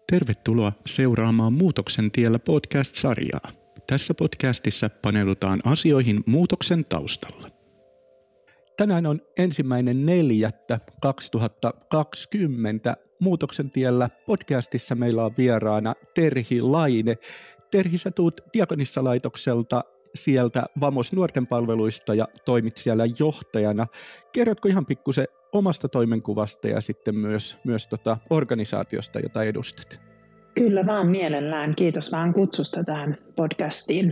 Tervetuloa seuraamaan Muutoksen tiellä podcast-sarjaa. Tässä podcastissa paneudutaan asioihin muutoksen taustalla. Tänään on 1.4.2020. Muutoksen tiellä podcastissa meillä on vieraana Terhi Laine. Terhi, sä tuut Diakonissalaitokselta sieltä Vamos nuorten palveluista ja toimit siellä johtajana. Kerrotko ihan pikkusen omasta toimenkuvasta ja sitten myös organisaatiosta, jota edustat? Kyllä vaan mielellään. Kiitos vaan kutsusta tähän podcastiin.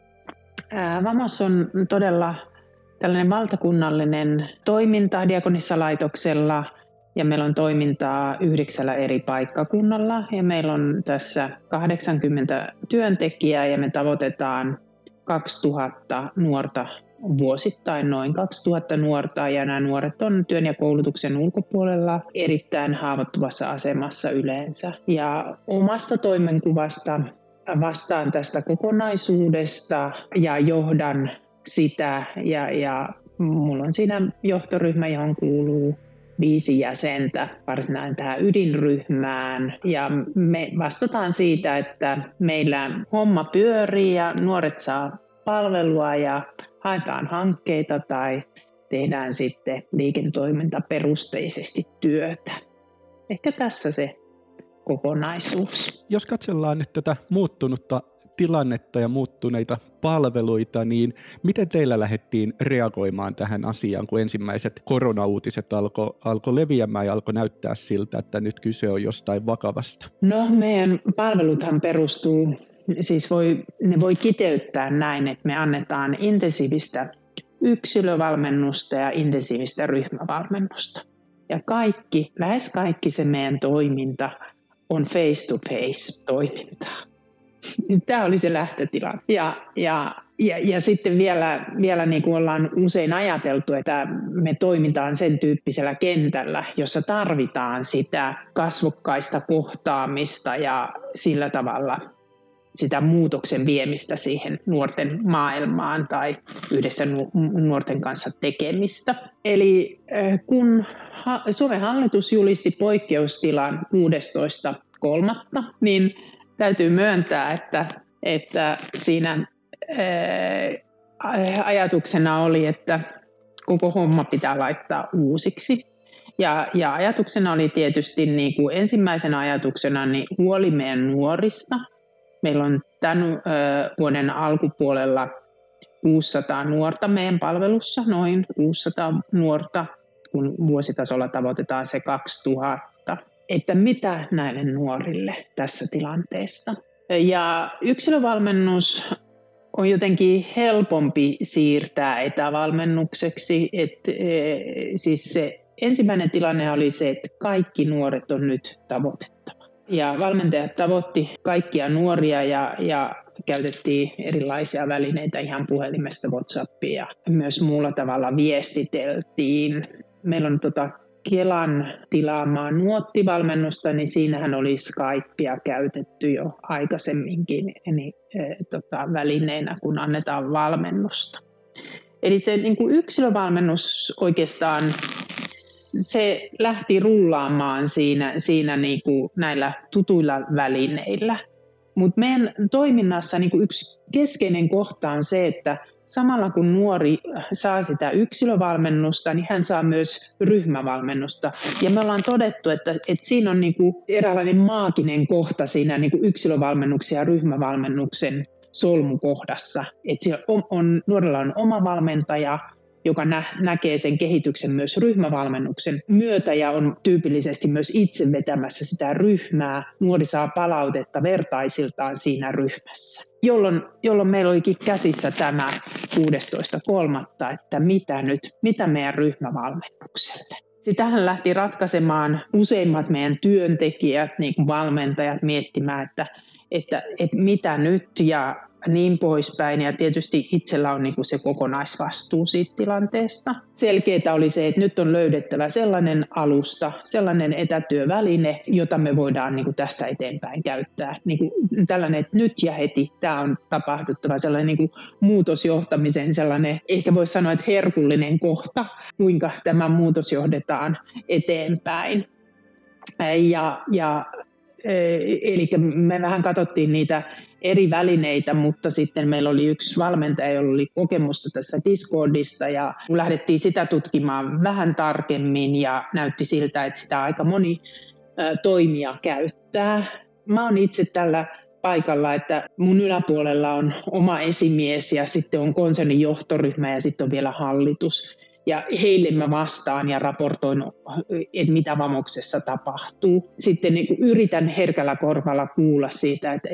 Vamos on todella tällainen valtakunnallinen toiminta Diakonissalaitoksella ja meillä on toimintaa 9 eri paikkakunnalla ja meillä on tässä 80 työntekijää ja me tavoitetaan 2000 nuorta vuosittain, noin 2000 nuorta, ja nämä nuoret on työn ja koulutuksen ulkopuolella erittäin haavoittuvassa asemassa yleensä. Ja omasta toimenkuvasta vastaan tästä kokonaisuudesta ja johdan sitä, ja mulla on siinä johtoryhmä, johon kuuluu 5 jäsentä varsinainen tähän ydinryhmään, ja me vastataan siitä, että meillä homma pyörii ja nuoret saa palvelua ja haetaan hankkeita tai tehdään sitten liiketoimintaperusteisesti työtä. Ehkä tässä se kokonaisuus. Jos katsellaan nyt tätä muuttunutta tilannetta ja muuttuneita palveluita, niin miten teillä lähdettiin reagoimaan tähän asiaan, kun ensimmäiset koronauutiset alkoi leviämään ja alkoi näyttää siltä, että nyt kyse on jostain vakavasta? No, meidän palveluthan perustuu, siis ne voi kiteyttää näin, että me annetaan intensiivistä yksilövalmennusta ja intensiivistä ryhmävalmennusta. Ja lähes kaikki se meidän toiminta on face-to-face toimintaa. Tämä oli se lähtötila. Ja sitten vielä niin kuin ollaan usein ajateltu, että me toimitaan sen tyyppisellä kentällä, jossa tarvitaan sitä kasvokkaista kohtaamista ja sillä tavalla sitä muutoksen viemistä siihen nuorten maailmaan tai yhdessä nuorten kanssa tekemistä. Eli kun Suomen hallitus julisti poikkeustilan 16.3., niin täytyy myöntää, että siinä ajatuksena oli, että koko homma pitää laittaa uusiksi. Ja ajatuksena oli tietysti niin kuin ensimmäisenä ajatuksena niin huoli meidän nuorista. Meillä on tämän vuoden alkupuolella 600 nuorta meidän palvelussa, noin 600 nuorta, kun vuositasolla tavoitetaan se 2000. Että mitä näille nuorille tässä tilanteessa. Ja yksilövalmennus on jotenkin helpompi siirtää etävalmennukseksi. Siis se ensimmäinen tilanne oli se, että kaikki nuoret on nyt tavoitettava. Ja valmentajat tavoitti kaikkia nuoria ja käytettiin erilaisia välineitä ihan puhelimesta, WhatsAppia ja myös muulla tavalla viestiteltiin. Meillä on Kelan tilaamaa nuottivalmennusta, niin siinähän oli Skypea käytetty jo aikaisemminkin välineenä, kun annetaan valmennusta. Eli se niin kuin yksilövalmennus oikeastaan se lähti rullaamaan siinä niin kuin näillä tutuilla välineillä. Mutta meidän toiminnassa niin kuin yksi keskeinen kohta on se, että samalla kun nuori saa sitä yksilövalmennusta, niin hän saa myös ryhmävalmennusta. Ja me ollaan todettu, että siinä on niinku eräänlainen maaginen kohta siinä niinku yksilövalmennuksen ja ryhmävalmennuksen solmukohdassa. Että nuorella on oma valmentaja, joka näkee sen kehityksen myös ryhmävalmennuksen myötä ja on tyypillisesti myös itse vetämässä sitä ryhmää. Nuori saa palautetta vertaisiltaan siinä ryhmässä, jolloin meillä olikin käsissä tämä 16.3., että mitä meidän ryhmävalmennukselle. Sitähän lähti ratkaisemaan useimmat meidän työntekijät, niin kuin valmentajat, miettimään, että mitä nyt ja niin poispäin. Ja tietysti itsellä on niin kuin se kokonaisvastuu siitä tilanteesta. Selkeää oli se, että nyt on löydettävä sellainen alusta, sellainen etätyöväline, jota me voidaan niin kuin tästä eteenpäin käyttää. Niin kuin tällainen, että nyt ja heti tämä on tapahduttava sellainen niin kuin muutosjohtamisen sellainen, ehkä voisi sanoa, että herkullinen kohta, kuinka tämä muutos johdetaan eteenpäin. Ja eli me vähän katsottiin niitä eri välineitä, mutta sitten meillä oli yksi valmentaja, jolla oli kokemusta tästä Discordista ja lähdettiin sitä tutkimaan vähän tarkemmin ja näytti siltä, että sitä aika moni toimija käyttää. Mä oon itse tällä paikalla, että mun yläpuolella on oma esimies ja sitten on konsernin johtoryhmä ja sitten on vielä hallitus. Ja heille mä vastaan ja raportoin, että mitä Vamoksessa tapahtuu. Sitten niin kuin yritän herkällä korvalla kuulla siitä, että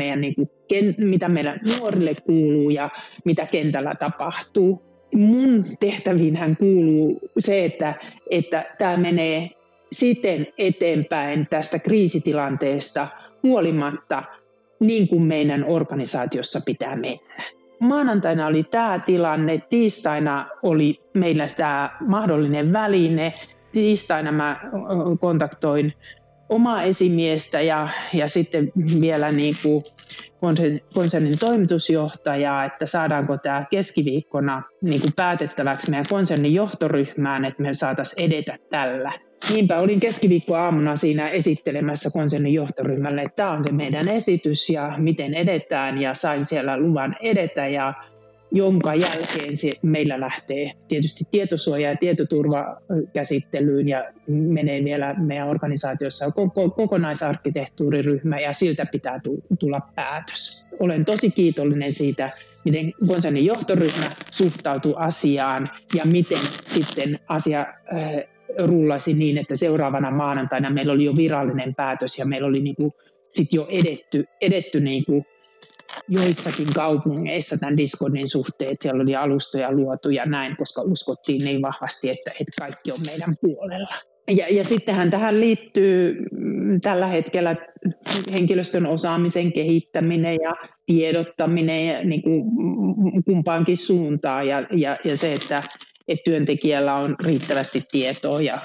mitä meidän nuorille kuuluu ja mitä kentällä tapahtuu. Mun tehtäviinhän kuuluu se, että tämä menee siten eteenpäin tästä kriisitilanteesta huolimatta niin kuin meidän organisaatiossa pitää mennä. Maanantaina oli tämä tilanne, tiistaina oli meillä tämä mahdollinen väline. Tiistaina mä kontaktoin omaa esimiestä ja sitten vielä niin kuin konsernin toimitusjohtajaa, että saadaanko tämä keskiviikkona niin kuin päätettäväksi meidän konsernin johtoryhmään, että me saataisiin edetä tällä. Niinpä olin keskiviikkoaamuna siinä esittelemässä konsernin johtoryhmälle, että tämä on se meidän esitys ja miten edetään ja sain siellä luvan edetä ja jonka jälkeen se meillä lähtee tietysti tietosuoja- ja tietoturvakäsittelyyn ja menee vielä meidän organisaatiossa kokonaisarkkitehtuuriryhmä ja siltä pitää tulla päätös. Olen tosi kiitollinen siitä, miten konsernin johtoryhmä suhtautuu asiaan ja miten sitten asia rullasi niin, että seuraavana maanantaina meillä oli jo virallinen päätös ja meillä oli niinku sit jo edetty niinku joissakin kaupungeissa tämän Discordin suhteen, että siellä oli alustoja luotu ja näin, koska uskottiin niin vahvasti, että kaikki on meidän puolella. Ja sittenhän tähän liittyy tällä hetkellä henkilöstön osaamisen kehittäminen ja tiedottaminen ja niin kuin kumpaankin suuntaan ja se, että työntekijällä on riittävästi tietoa ja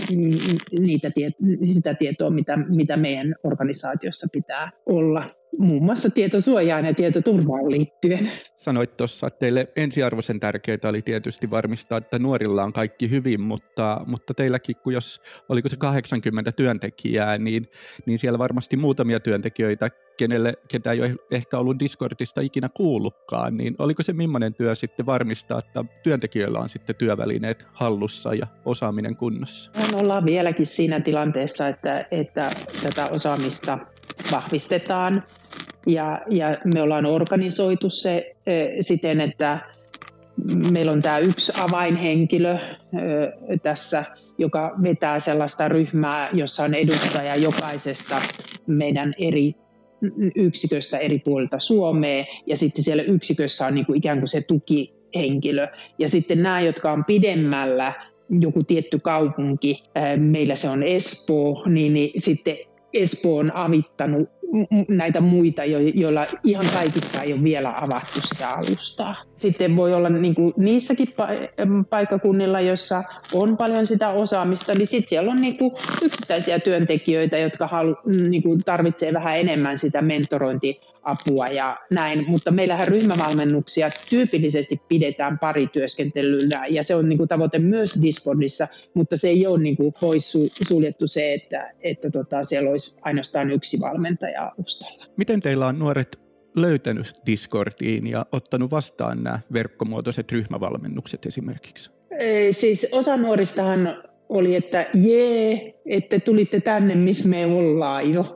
sitä tietoa, mitä meidän organisaatiossa pitää olla, muun muassa tietosuojaan ja tietoturvaan liittyen. Sanoit tuossa, että teille ensiarvoisen tärkeää oli tietysti varmistaa, että nuorilla on kaikki hyvin, mutta teilläkin, oliko se 80 työntekijää, niin siellä varmasti muutamia työntekijöitä, ketä ei ole ehkä ollut Discordista ikinä kuullutkaan, niin oliko se millainen työ sitten varmistaa, että työntekijöillä on sitten työvälineet hallussa ja osaaminen kunnossa? Me ollaan vieläkin siinä tilanteessa, että tätä osaamista vahvistetaan ja me ollaan organisoitu se siten, että meillä on tämä yksi avainhenkilö tässä, joka vetää sellaista ryhmää, jossa on edustaja jokaisesta meidän eri yksiköstä eri puolilta Suomea ja sitten siellä yksikössä on niin kuin ikään kuin se tukihenkilö ja sitten nämä, jotka on pidemmällä, joku tietty kaupunki, meillä se on Espoo, niin sitten Espoo on avittanut näitä muita, joilla ihan kaikissa ei ole vielä avattu sitä alustaa. Sitten voi olla niin kuin niissäkin paikkakunnilla, joissa on paljon sitä osaamista, niin sitten siellä on niin kuin yksittäisiä työntekijöitä, jotka niin kuin tarvitsee vähän enemmän sitä mentorointiapua ja näin. Mutta meillähän ryhmävalmennuksia tyypillisesti pidetään parityöskentelyllä ja se on niin kuin tavoite myös Discordissa, mutta se ei ole niin kuin pois suljettu se, että siellä olisi ainoastaan yksi valmentaja alustalla. Miten teillä on nuoret löytänyt Discordiin ja ottanut vastaan nämä verkkomuotoiset ryhmävalmennukset esimerkiksi? Siis osa nuoristahan oli, että että tulitte tänne, missä me ollaan jo.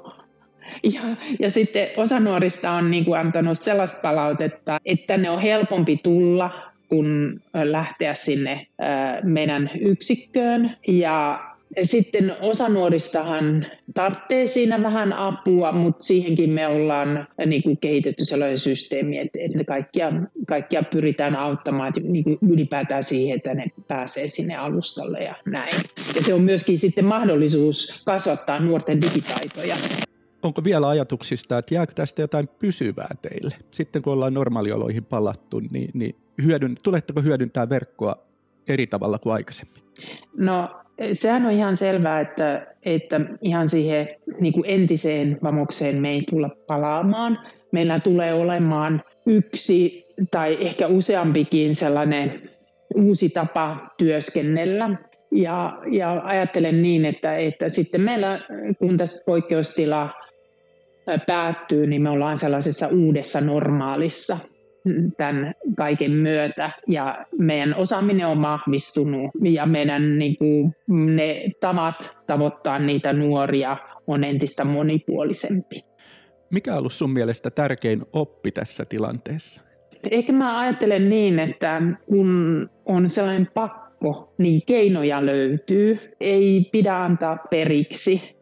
Ja sitten osa nuorista on niin kuin antanut sellaista palautetta, että ne on helpompi tulla kuin lähteä sinne meidän yksikköön. Ja sitten osa nuoristahan tarvitsee siinä vähän apua, mutta siihenkin me ollaan niin kuin kehitetty sellainen systeemi, että kaikkia pyritään auttamaan että niin kuin ylipäätään siihen, että ne pääsee sinne alustalle ja näin. Ja se on myöskin sitten mahdollisuus kasvattaa nuorten digitaitoja. Onko vielä ajatuksista, että jääkö tästä jotain pysyvää teille? Sitten kun ollaan normaalioloihin palattu, niin tuletteko hyödyntää verkkoa eri tavalla kuin aikaisemmin? No sehän on ihan selvää, että ihan siihen niin kuin entiseen Vamokseen me ei tulla palaamaan. Meillä tulee olemaan yksi tai ehkä useampikin sellainen uusi tapa työskennellä. Ja ajattelen niin, että sitten meillä, kun tässä poikkeustila päättyy, niin me ollaan sellaisessa uudessa normaalissa tämän kaiken myötä. Ja meidän osaaminen on vahvistunut ja meidän niin kuin, ne tavat tavoittaa niitä nuoria on entistä monipuolisempi. Mikä on ollut sun mielestä tärkein oppi tässä tilanteessa? Ehkä mä ajattelen niin, että kun on sellainen pakko, niin keinoja löytyy. Ei pidä antaa periksi.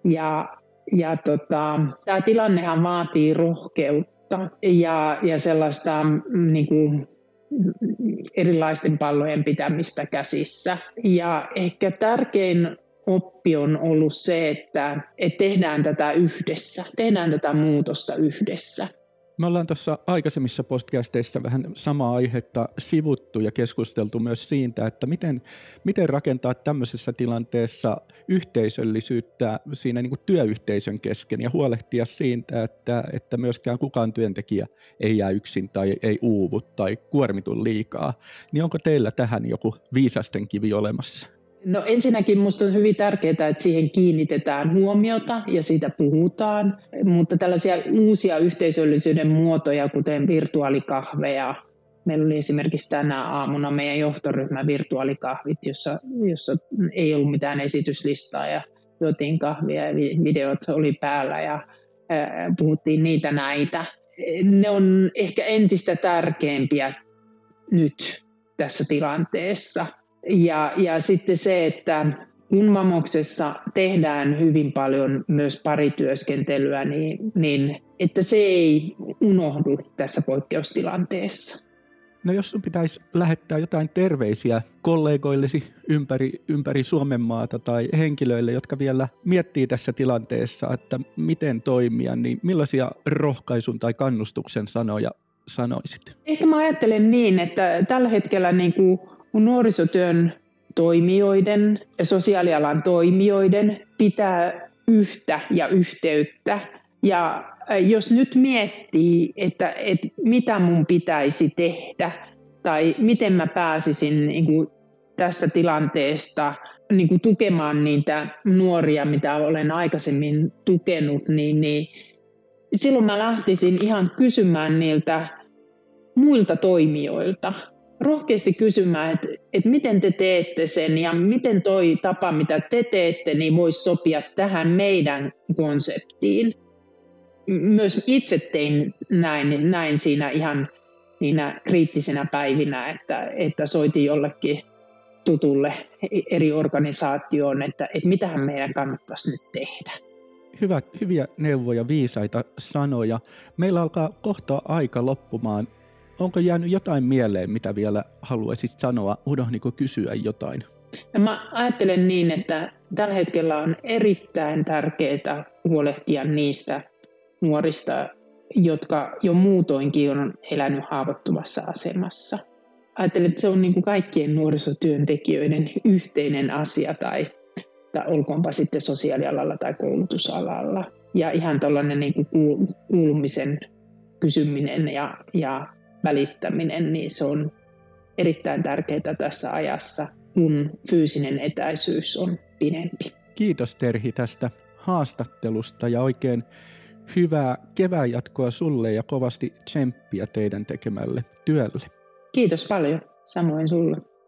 Tämä tilannehan vaatii rohkeutta ja sellaista niin kuin, erilaisten pallojen pitämistä käsissä. Ja ehkä tärkein oppi on ollut se, että tehdään tätä yhdessä, tehdään tätä muutosta yhdessä. Me ollaan tuossa aikaisemmissa podcasteissa vähän samaa aihetta sivuttu ja keskusteltu myös siitä, että miten rakentaa tämmöisessä tilanteessa yhteisöllisyyttä siinä niin kuin työyhteisön kesken ja huolehtia siitä, että myöskään kukaan työntekijä ei jää yksin tai ei uuvu tai kuormitu liikaa. Niin onko teillä tähän joku viisasten kivi olemassa? No ensinnäkin minusta on hyvin tärkeää, että siihen kiinnitetään huomiota ja siitä puhutaan, mutta tällaisia uusia yhteisöllisyyden muotoja, kuten virtuaalikahveja. Meillä oli esimerkiksi tänä aamuna meidän johtoryhmän virtuaalikahvit, jossa ei ollut mitään esityslistaa ja juotiin kahvia ja videot oli päällä ja puhuttiin niitä näitä. Ne on ehkä entistä tärkeämpiä nyt tässä tilanteessa. Ja sitten se, että kun Vamoksessa tehdään hyvin paljon myös parityöskentelyä, niin että se ei unohdu tässä poikkeustilanteessa. No jos sun pitäisi lähettää jotain terveisiä kollegoillesi ympäri Suomenmaata tai henkilöille, jotka vielä miettii tässä tilanteessa, että miten toimia, niin millaisia rohkaisun tai kannustuksen sanoja sanoisit? Ehkä mä ajattelen niin, että tällä hetkellä niin kuin nuorisotyön toimijoiden ja sosiaalialan toimijoiden pitää yhtä ja yhteyttä. Ja jos nyt miettii, että mitä mun pitäisi tehdä tai miten mä pääsisin niin kuin tästä tilanteesta niin kuin tukemaan niitä nuoria, mitä olen aikaisemmin tukenut, niin silloin mä lähtisin ihan kysymään niiltä muilta toimijoilta. Rohkeasti kysymään, että miten te teette sen ja miten toi tapa, mitä te teette, niin voisi sopia tähän meidän konseptiin. Myös itse tein näin siinä ihan niinä kriittisinä päivinä, että soitin jollekin tutulle eri organisaatioon, että mitähän meidän kannattaisi nyt tehdä. Hyviä neuvoja, viisaita sanoja. Meillä alkaa kohta aika loppumaan. Onko jäänyt jotain mieleen, mitä vielä haluaisit sanoa? Unohdinko kysyä jotain? No mä ajattelen niin, että tällä hetkellä on erittäin tärkeää huolehtia niistä nuorista, jotka jo muutoinkin on elänyt haavoittuvassa asemassa. Ajattelen, että se on niin kuin kaikkien nuorisotyöntekijöiden yhteinen asia tai olkoonpa sitten sosiaalialalla tai koulutusalalla. Ja ihan tällainen niin kuin kuulumisen kysyminen ja välittäminen, niin se on erittäin tärkeää tässä ajassa, kun fyysinen etäisyys on pidempi. Kiitos Terhi tästä haastattelusta ja oikein hyvää kevään jatkoa sulle ja kovasti tsemppiä teidän tekemälle työlle. Kiitos paljon, samoin sulle.